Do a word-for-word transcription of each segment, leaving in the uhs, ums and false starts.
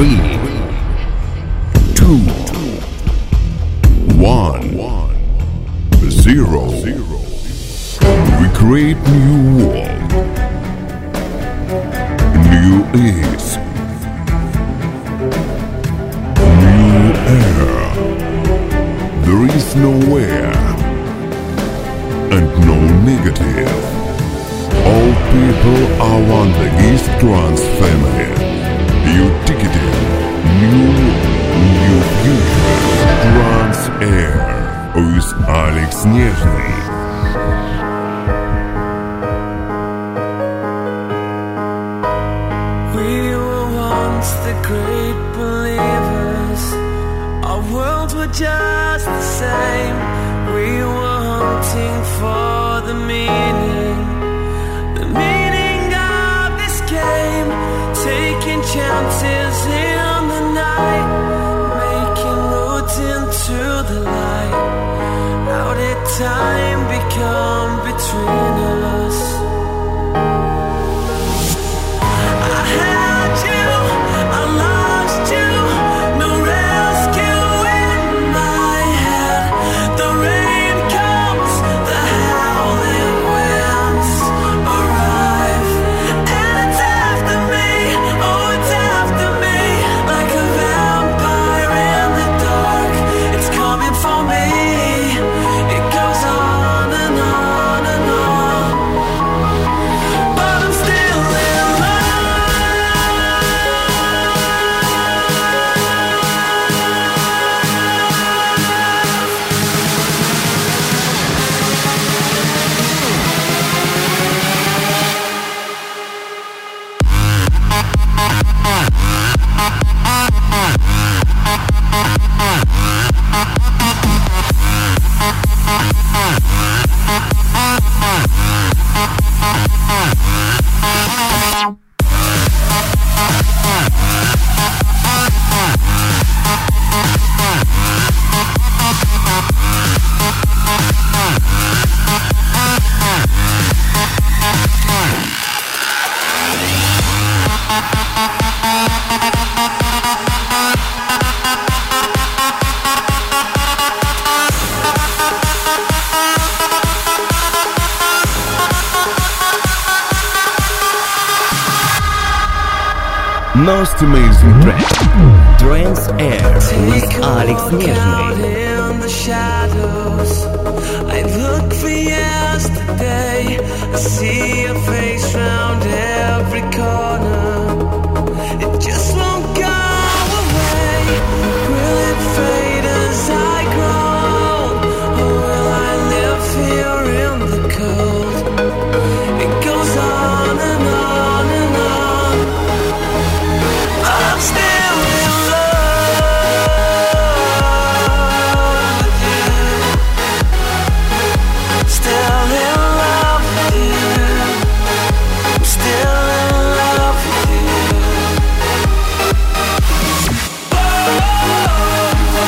Three, two, one, zero. We create new world, new ease, new air. There is nowhere and no negative. All people are one the East Trans family. You ticketed new, new future. Trans Air with Alex Нежный. We were once the great believers. Our worlds were just the same. We were hunting for the meaning, the meaning of this game. Taking chances in the night, making roads into the light. How did time become between us? I had you, I lost you, no rescue in my head. The rain comes, the howling winds arrive, and it's after me, oh it's after me, like a vampire in the dark. It's coming for me, it goes on and on and on, but I'm still in love. Most amazing track. Trans Air with Alex Нежный. In the shadows, I look for yesterday. I see your face round every corner. It just won't go away. Will it fade as I grow, or will I live here in the cold? It goes on and on and on. I'm still in love with you. Still in love with you. I'm still in love with you. Oh, oh, oh,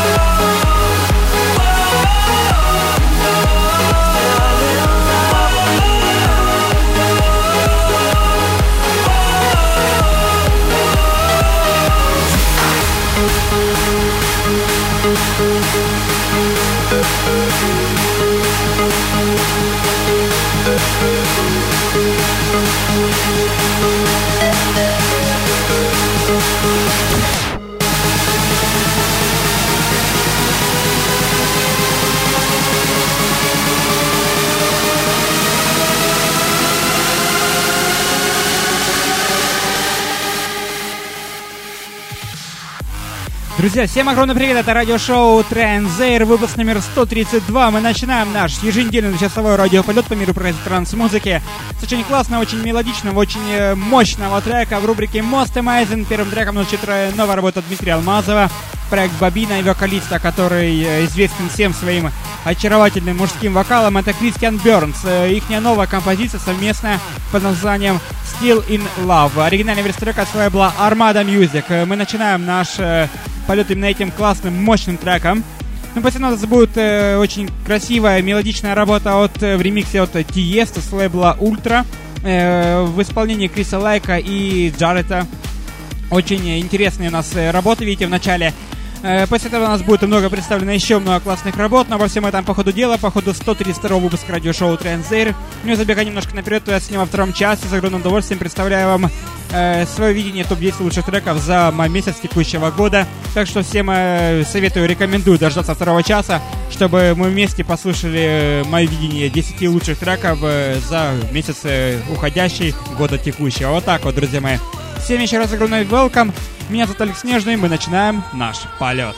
Друзья, всем огромный привет, это радиошоу Trans Air, выпуск номер сто тридцать два. Мы начинаем наш еженедельный часовой радиополет по миру транс-музыки с очень классного, очень мелодичного, очень мощного трека в рубрике Most Amazing. Первым треком звучит новая работа Дмитрия Алмазова, проект Бобина и вокалиста, который известен всем своим очаровательным мужским вокалом. Это Кристиан Бернс. Ихняя новая композиция совместная под названием Still in Love. Оригинальная версия трека была Armada Music. Мы начинаем наш полет именно этим классным, мощным треком. Ну, после нас будет э, очень красивая мелодичная работа от, э, в ремиксе от Тиеста с лейбла Ультра э, в исполнении Криса Лайка и Джарета. Очень интересные у нас работы, видите, в начале. После этого у нас будет много представлено еще много классных работ, но во всем этом по ходу дела, по ходу сто тридцать второго выпуска радиошоу Trance Air. Ну и забегая немножко наперед, то я с ним во втором часе с огромным удовольствием представляю вам э, свое видение топ десять лучших треков за май месяц текущего года. Так что всем э, советую, рекомендую дождаться второго часа, чтобы мы вместе послушали мое видение десяти лучших треков э, за месяц э, уходящий года текущего. Вот так вот, друзья мои. Всем еще раз огромный welcome. Меня зовут Алекс Нежный, мы начинаем наш полет.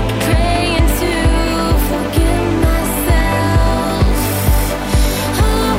Oh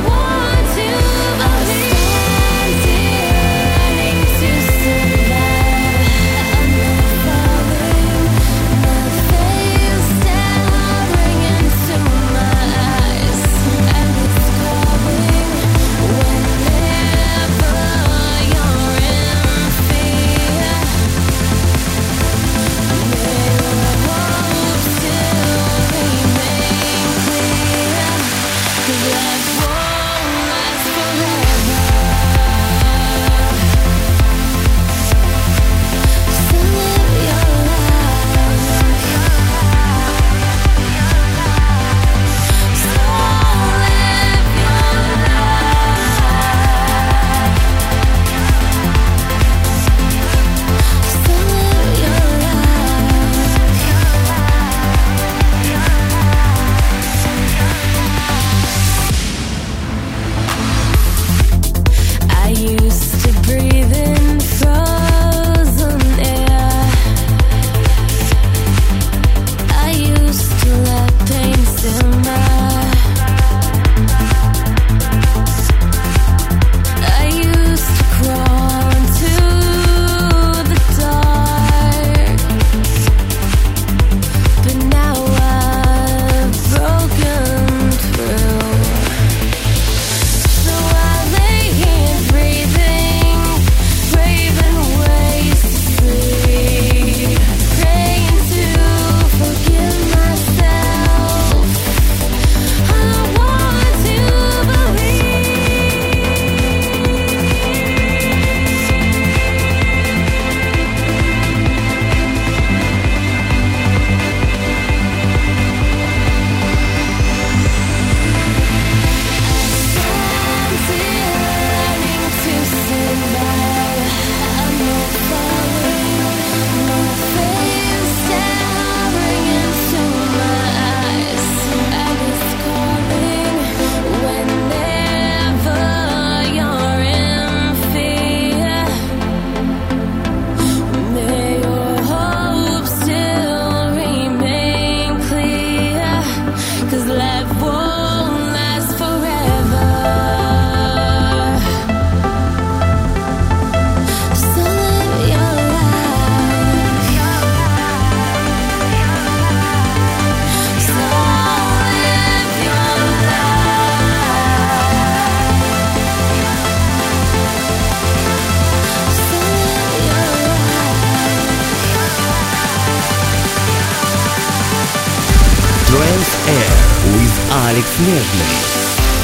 Алекс Нежный.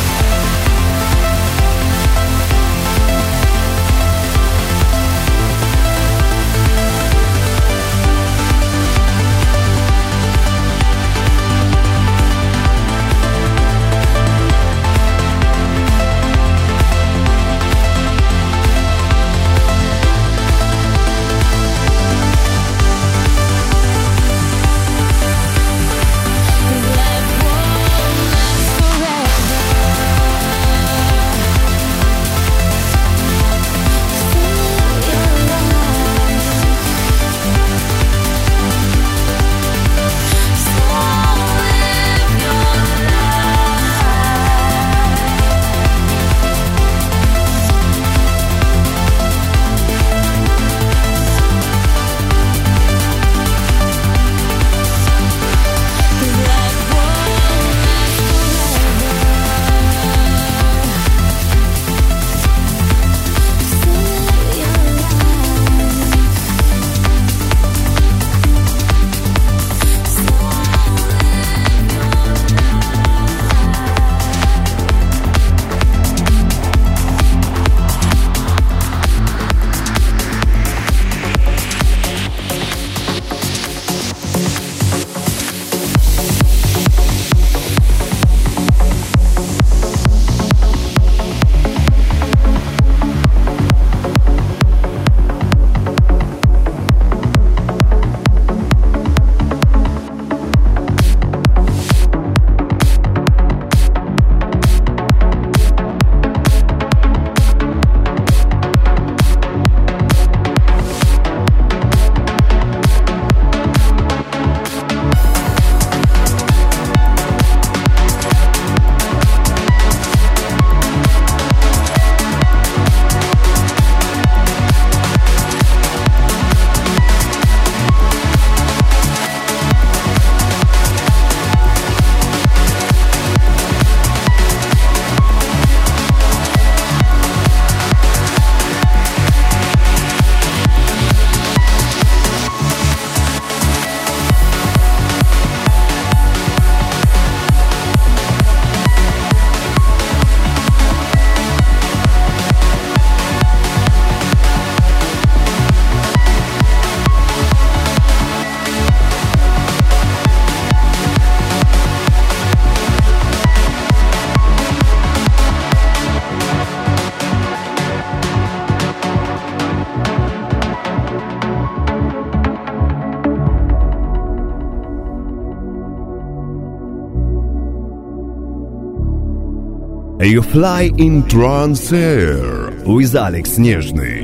You fly in trance air with Алекс Нежный.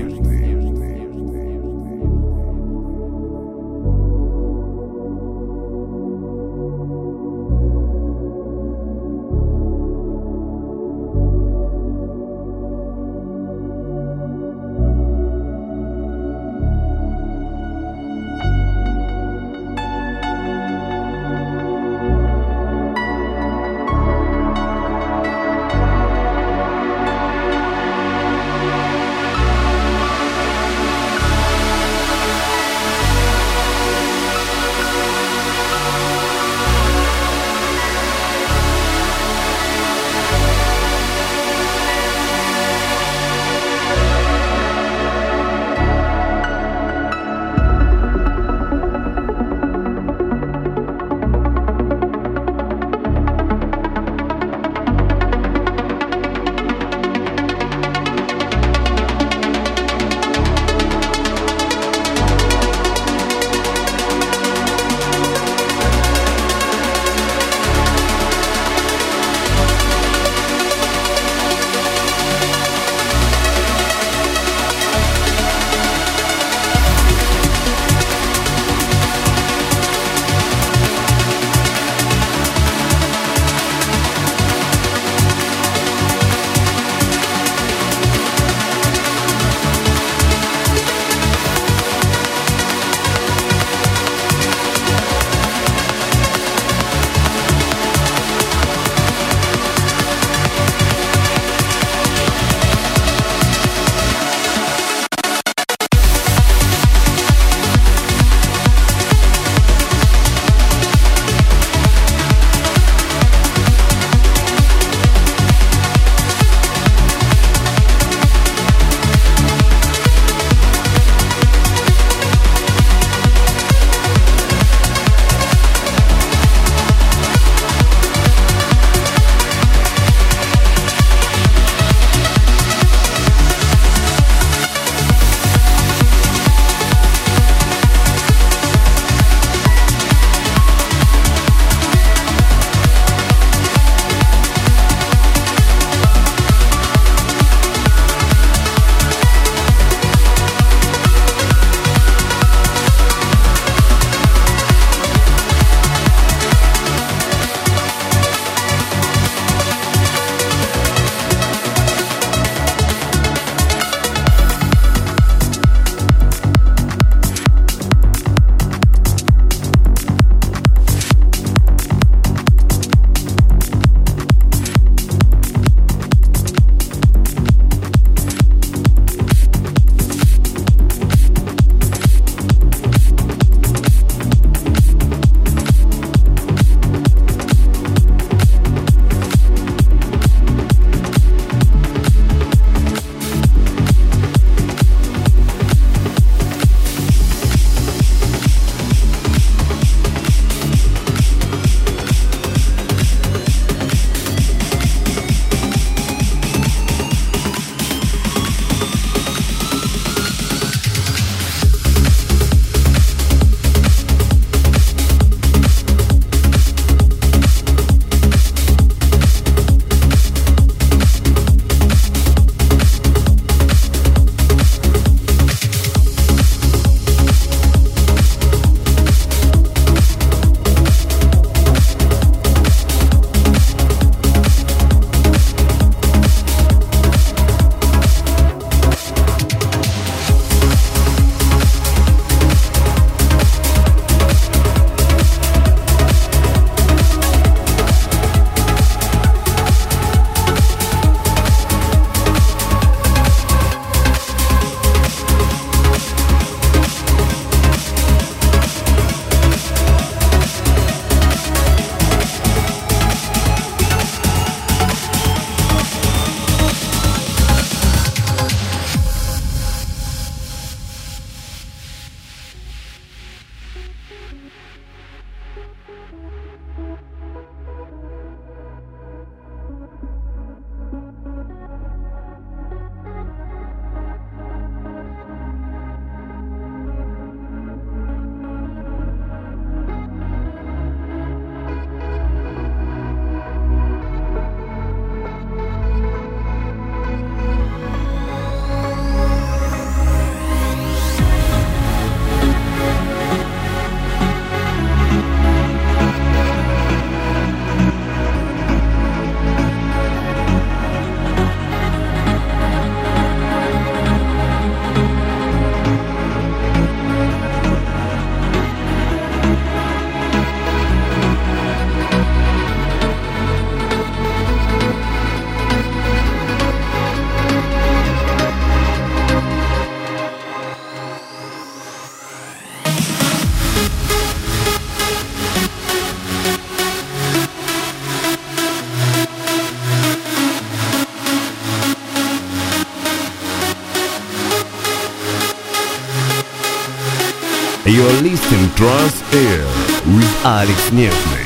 You're listening Trance Air with Alex Нежный.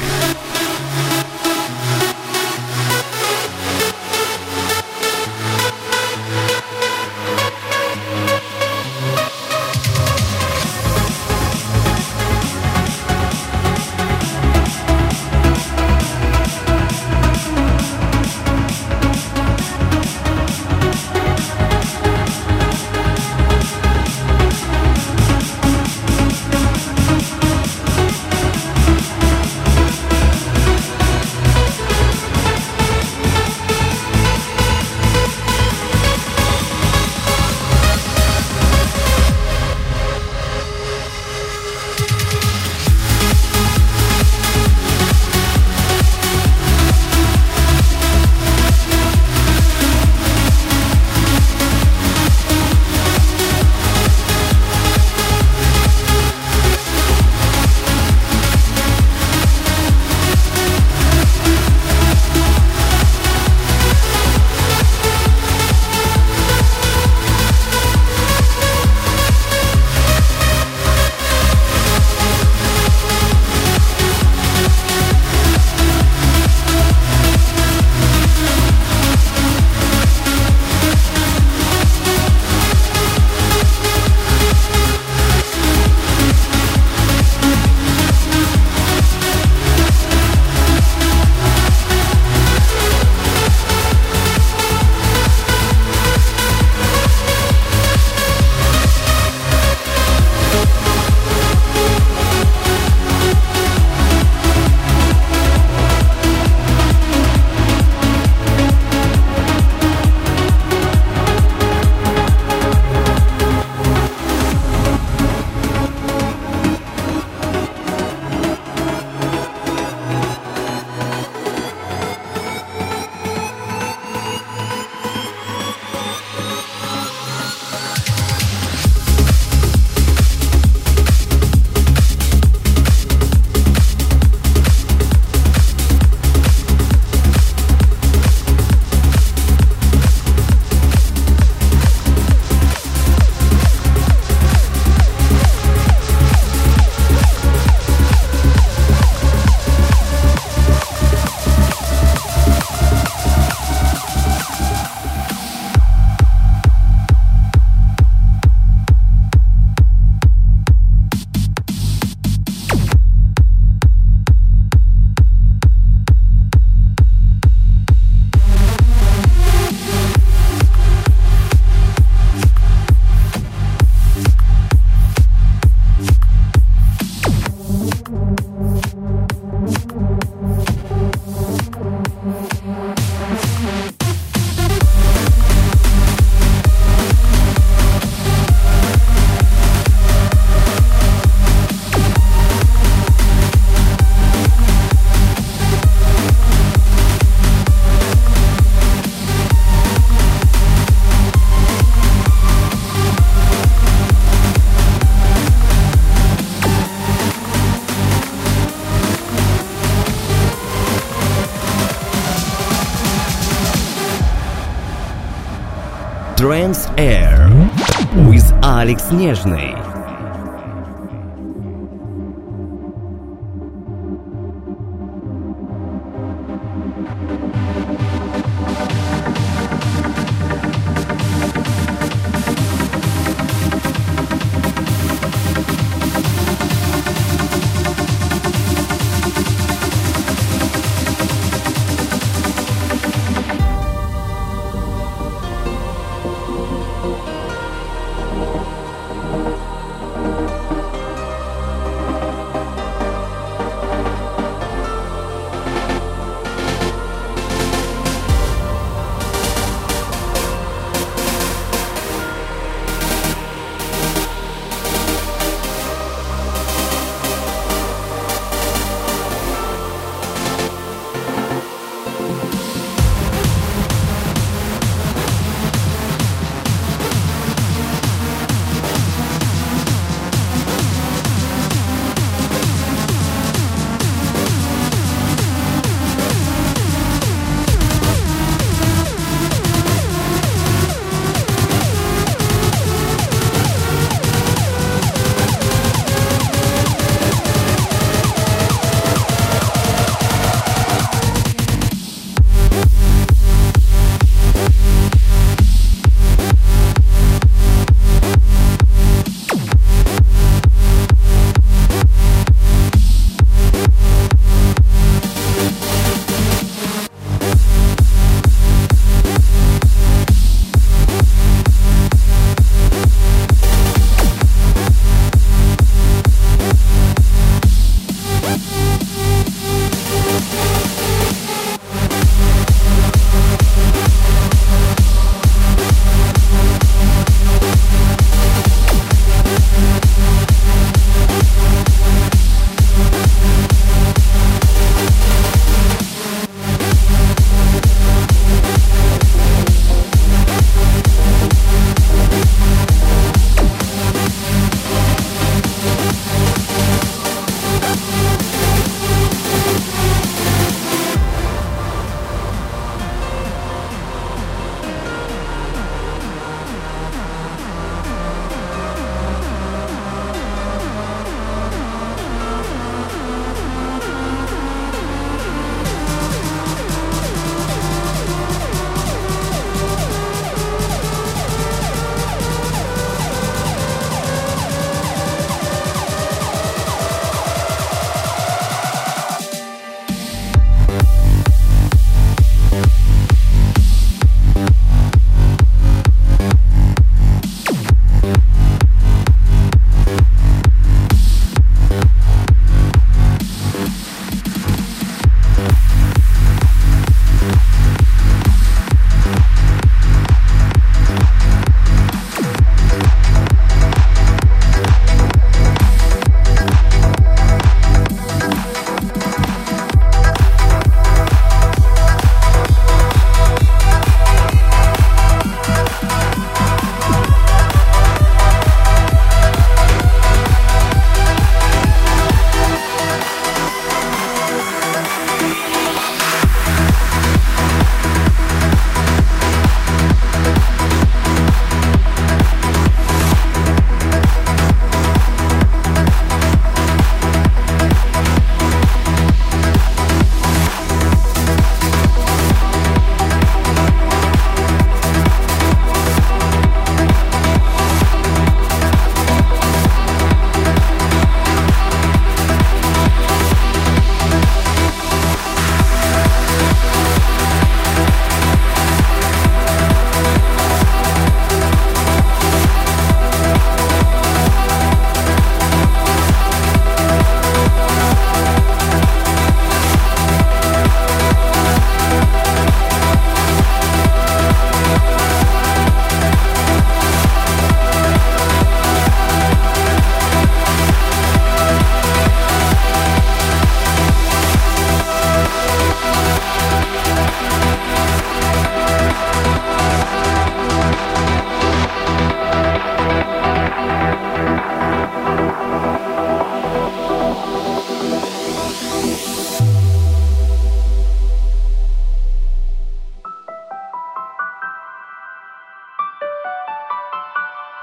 Trance Air with Alex Нежный.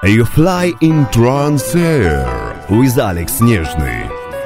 You Fly in Trance Air with Alex Нежный.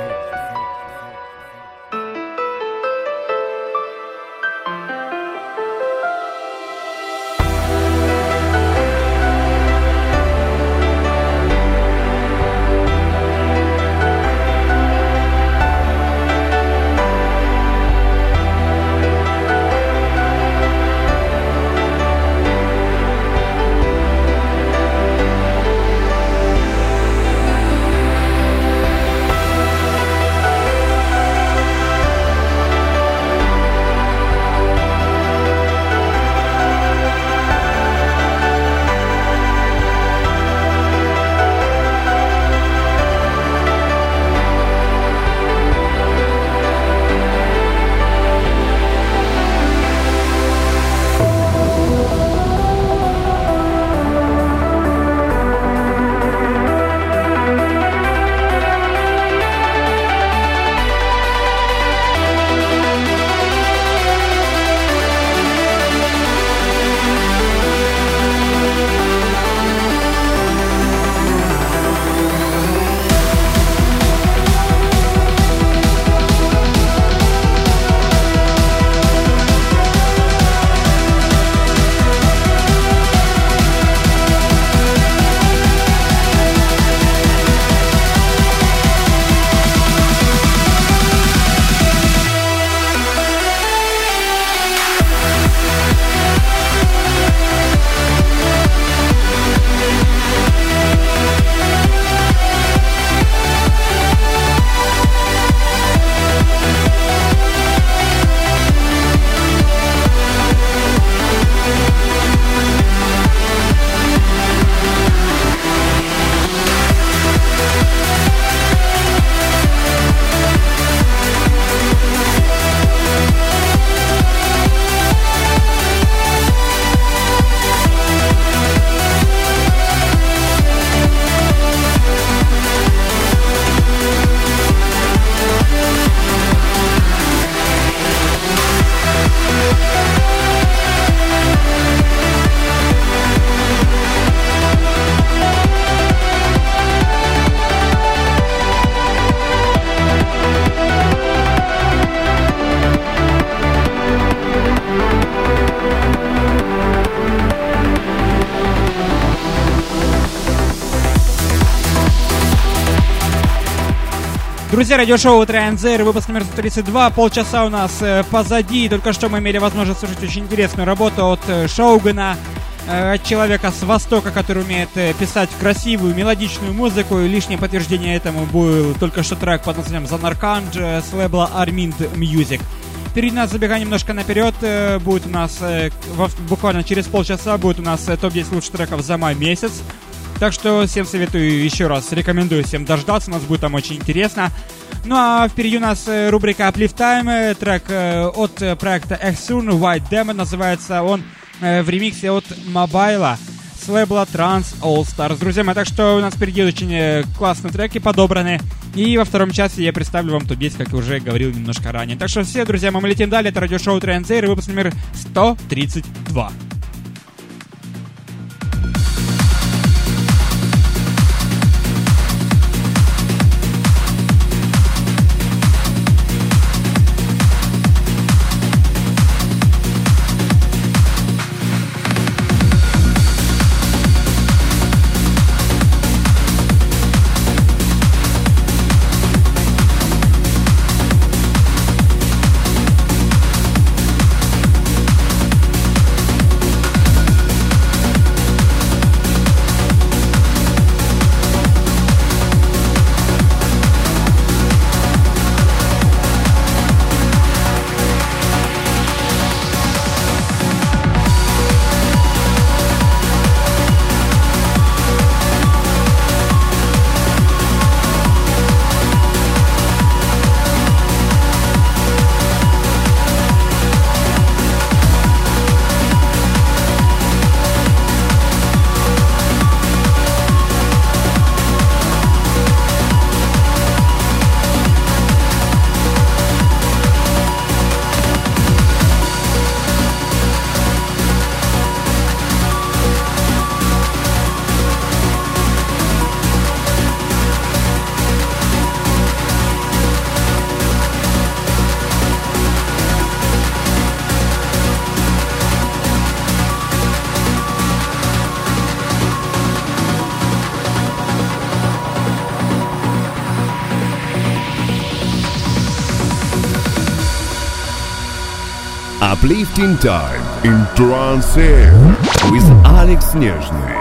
Друзья, радиошоу Транзер, выпуск номер сто тридцать два. Полчаса у нас э, позади. Только что мы имели возможность слушать очень интересную работу от э, Шоугана, э, от человека с Востока, который умеет э, писать красивую, мелодичную музыку. И лишнее подтверждение этому был только что трек под названием Zanarkand с лейбла Armind Music. Впереди нас, забегая немножко наперед, э, будет у нас э, во, буквально через полчаса будет у нас э, топ десять лучших треков за май месяц. Так что всем советую, еще раз рекомендую всем дождаться, у нас будет там очень интересно. Ну а впереди у нас рубрика Uplift Time, трек от проекта Exxon, White Demon, называется он в ремиксе от Мобайла с лейбла Trans All Stars. Друзья мои, так что у нас впереди очень классные треки подобраны. И во втором часе я представлю вам топ десять, как я уже говорил немножко ранее. Так что все, друзья, мы летим далее, это радиошоу Транзер, выпуск номер сто тридцать два. We'll be right back. Uplifting time in Trance Air with Alex Нежный.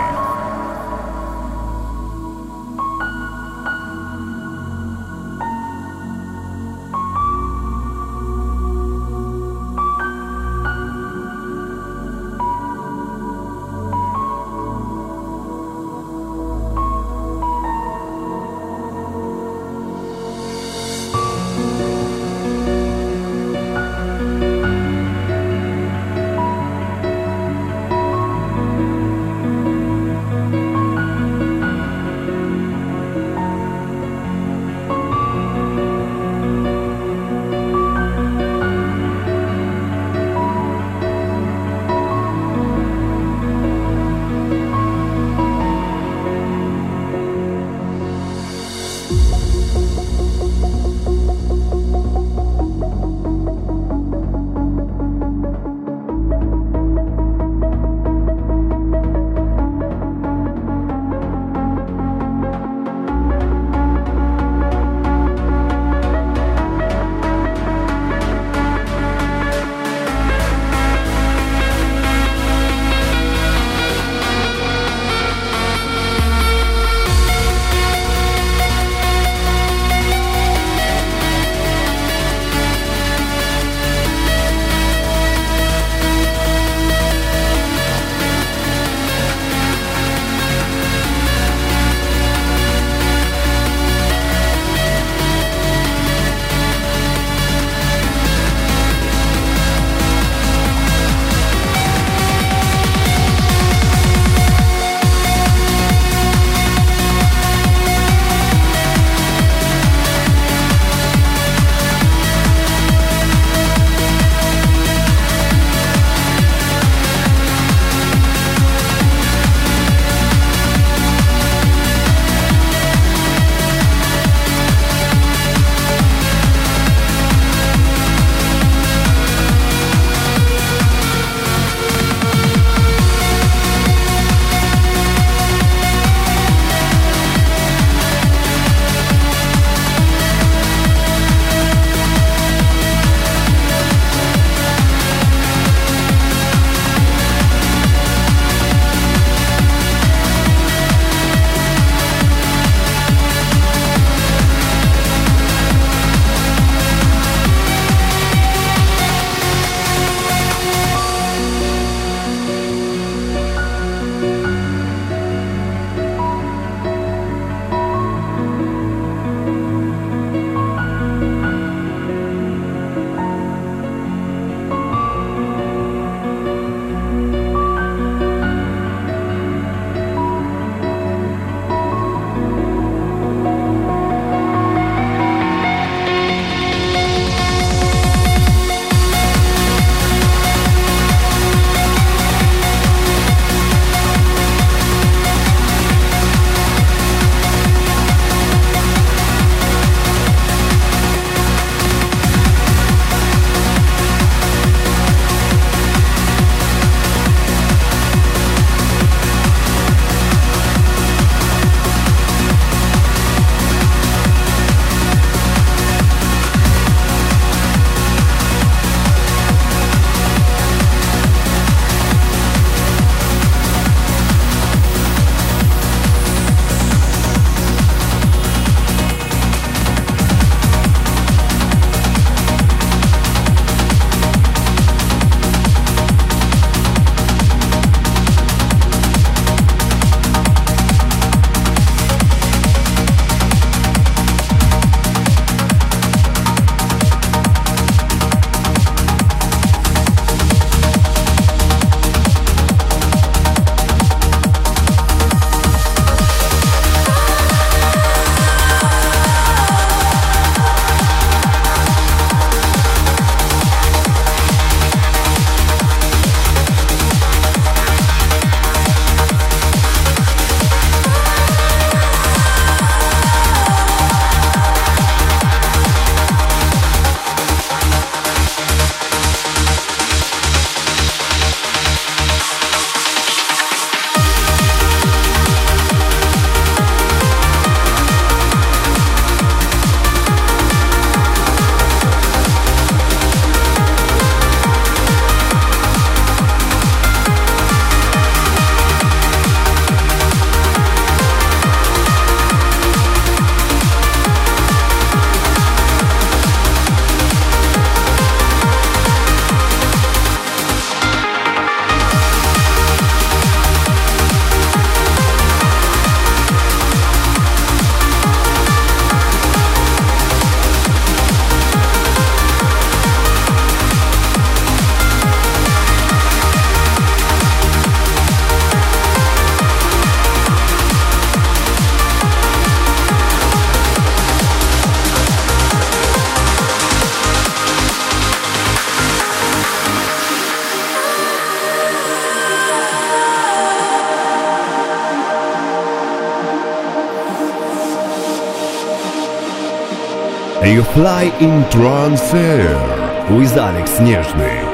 You fly in trance air with Alex Нежный.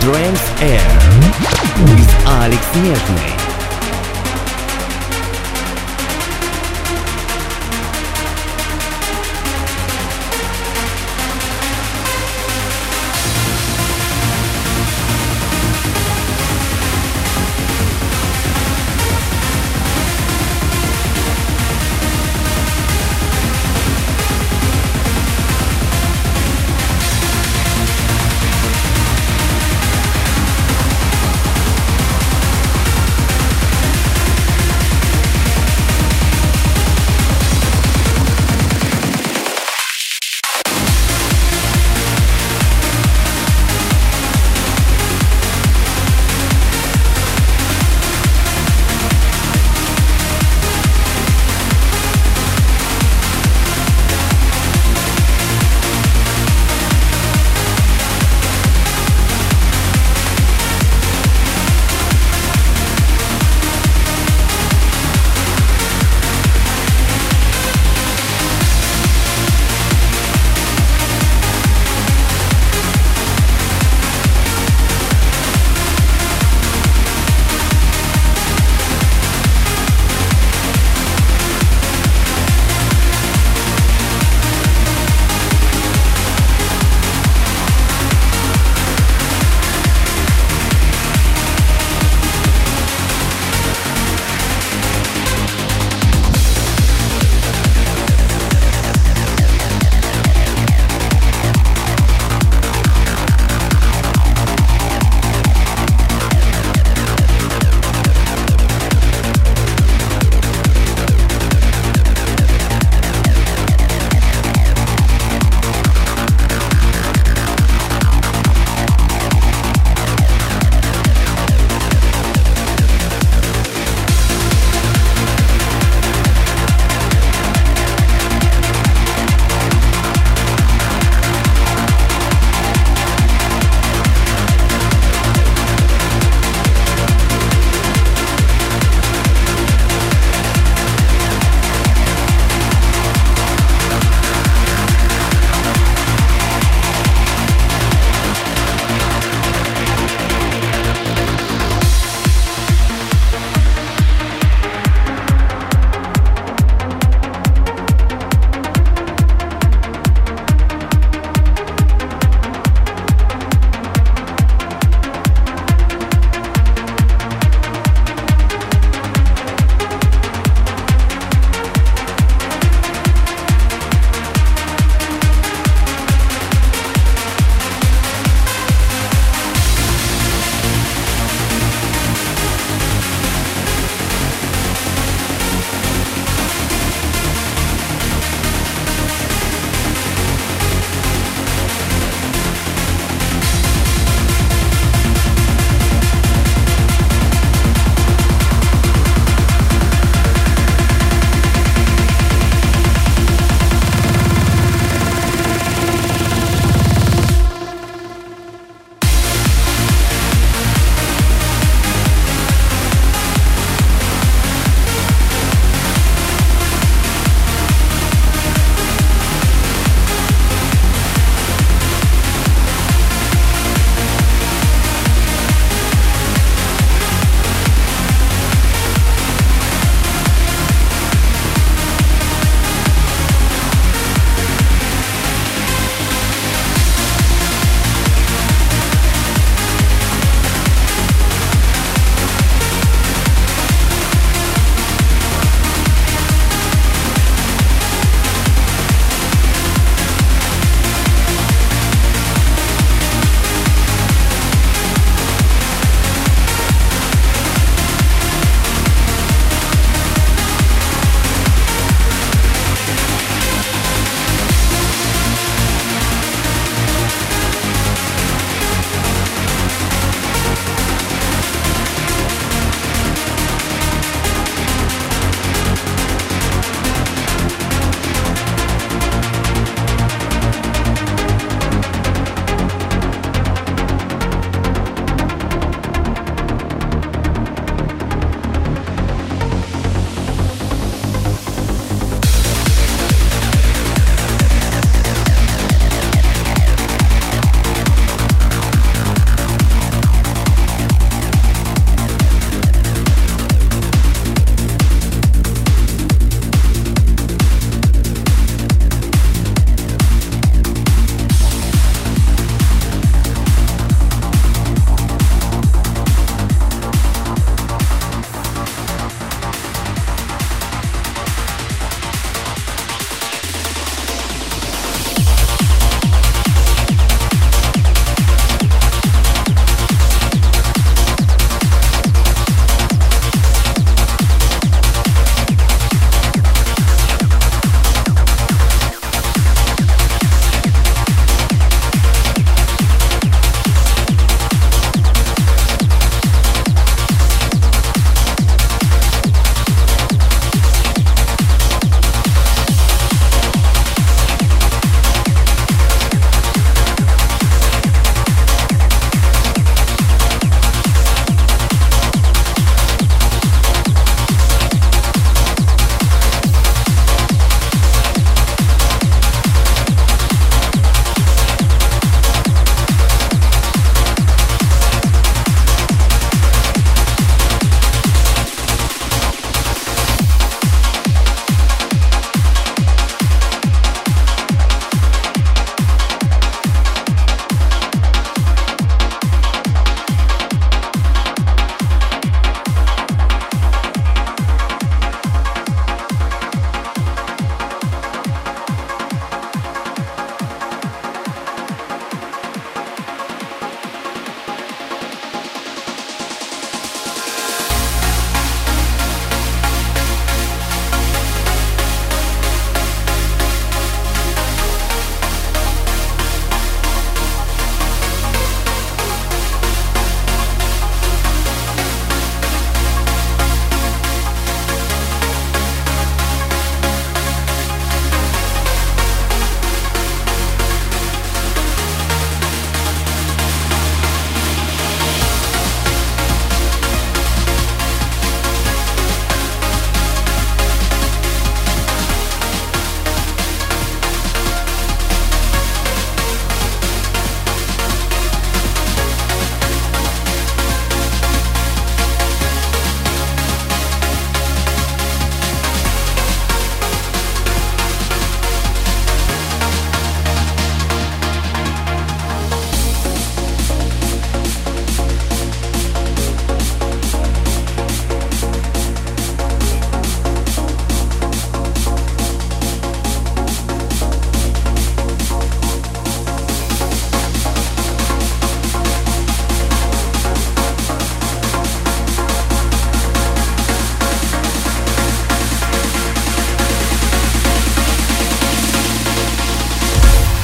Trance Air with Alex Нежный.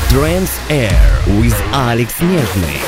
Trance Air with Alex Нежный.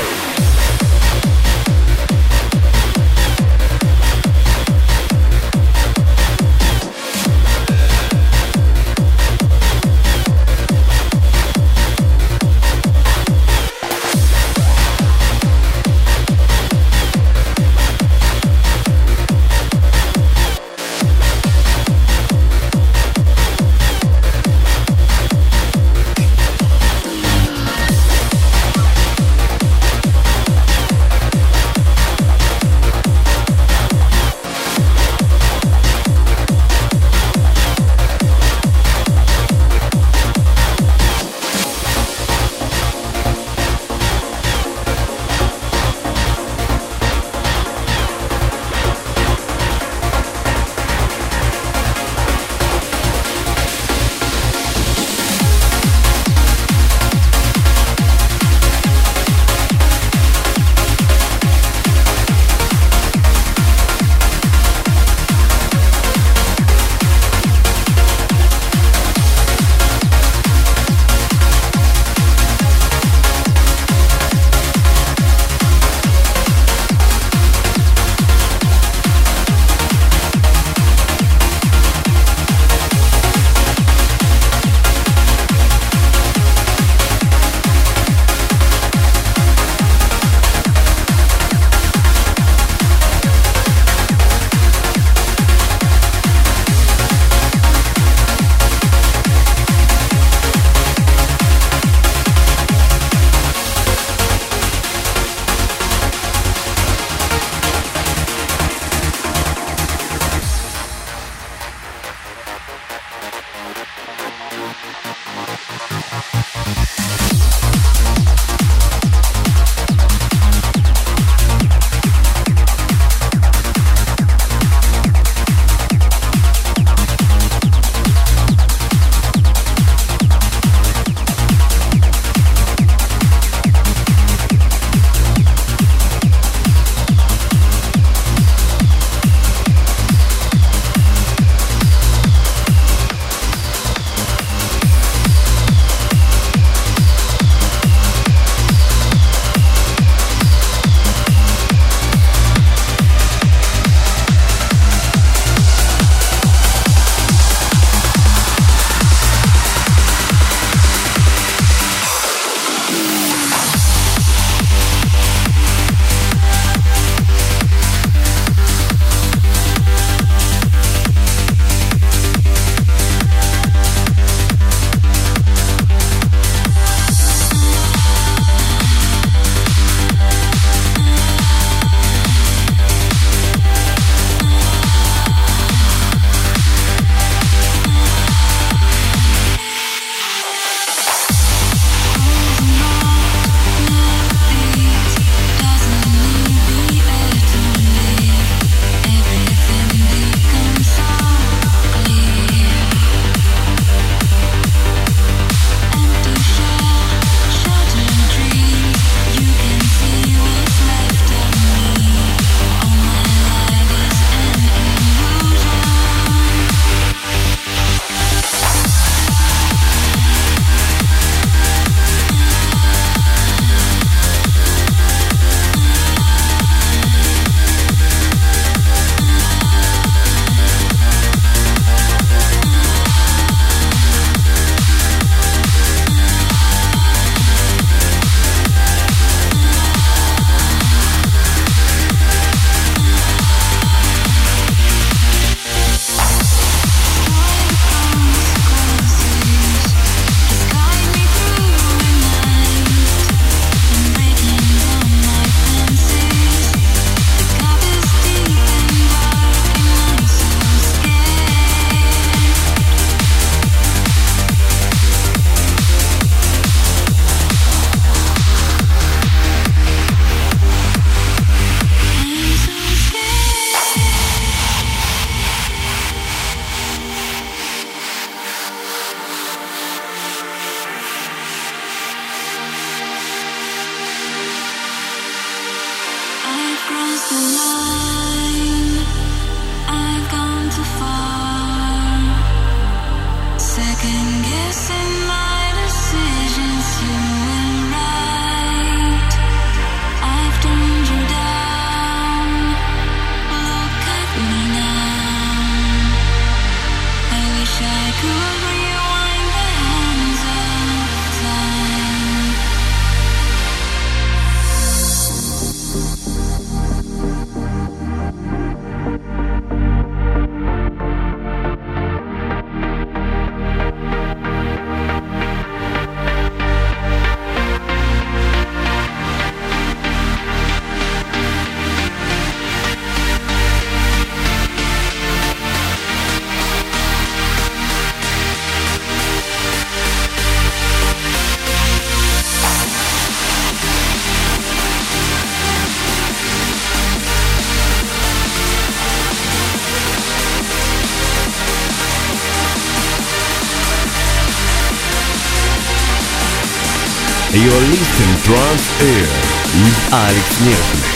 You're listening Trance Air with Alex Nежный.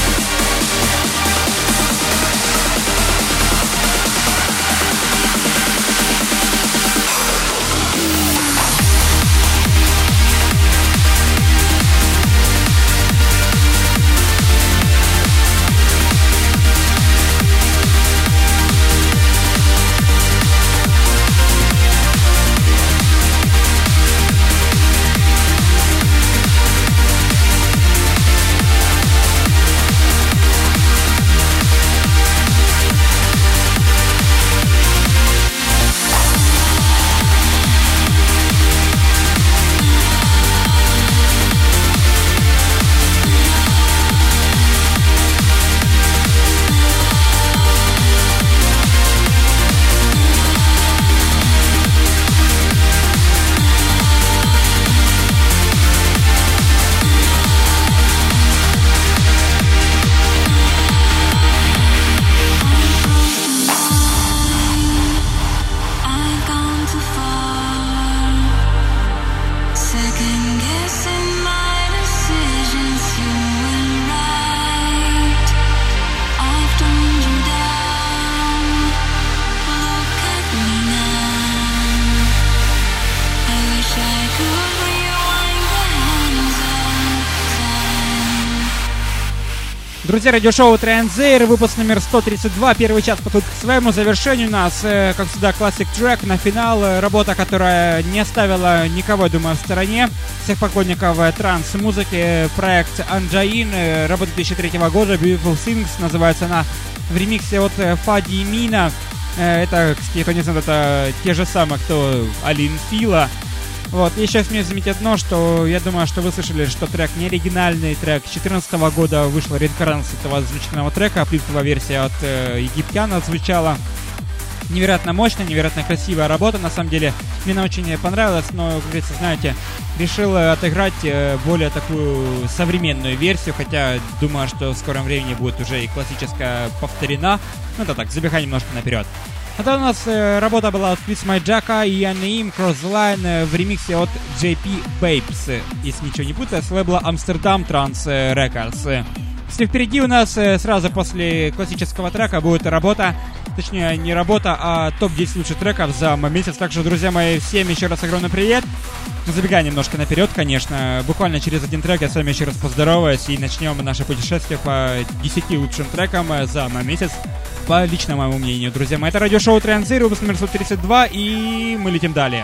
Друзья, радиошоу Trance Air, выпуск номер сто тридцать два, первый час подходит к своему завершению. У нас, э, как всегда, классик трек на финал, э, работа, которая не оставила никого, думаю, в стороне. Всех поклонников э, транс-музыки, проект Anjain, э, работа две тысячи третьего года, Beautiful Things, называется она в ремиксе от э, Фади Мина. Э, это, кстати, кто не знает, это те же самые, кто Алин Фила. Вот, и сейчас мне заметить одно, что я думаю, что вы слышали, что трек не оригинальный, трек две тысячи четырнадцатого года вышла реинкарнация этого замечательного трека, плитовая версия от э, египтян отзвучала. Невероятно мощная, невероятно красивая работа, на самом деле, мне она очень понравилась, но, как говорится, знаете, решил отыграть э, более такую современную версию, хотя думаю, что в скором времени будет уже и классическая повторена, ну это так, забегая немножко наперед. Это у нас э, работа была от With My Jacka и Anaim Cross the Line э, в ремиксе от джей пи Babes, если ничего не путаю, с лейбла Amsterdam Trance Records. Если впереди у нас э, сразу после классического трека будет работа, точнее не работа, а топ десять лучших треков за месяц. Так что, друзья мои, всем еще раз огромный привет. Забегая немножко наперед, конечно, буквально через один трек я с вами еще раз поздороваюсь и начнем наше путешествие по десяти лучшим трекам за месяц. По личному моему мнению, друзья мои. Это радиошоу Trance Air, выпуск номер сто тридцать два, и мы летим далее.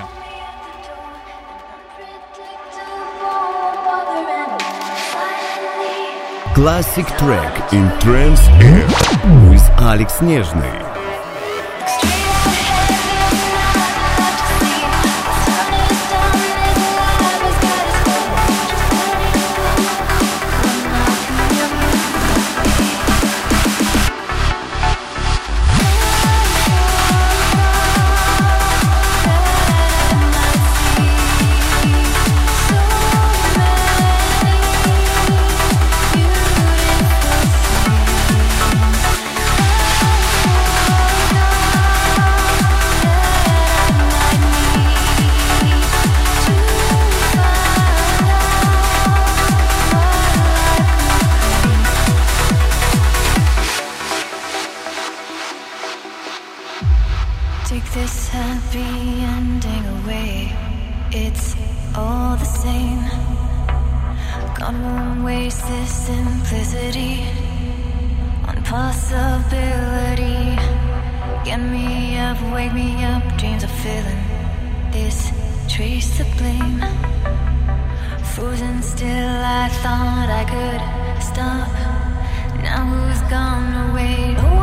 Classic track in Trance Air with Alex Нежный. Frozen still, I thought I could stop. Now who's gone away?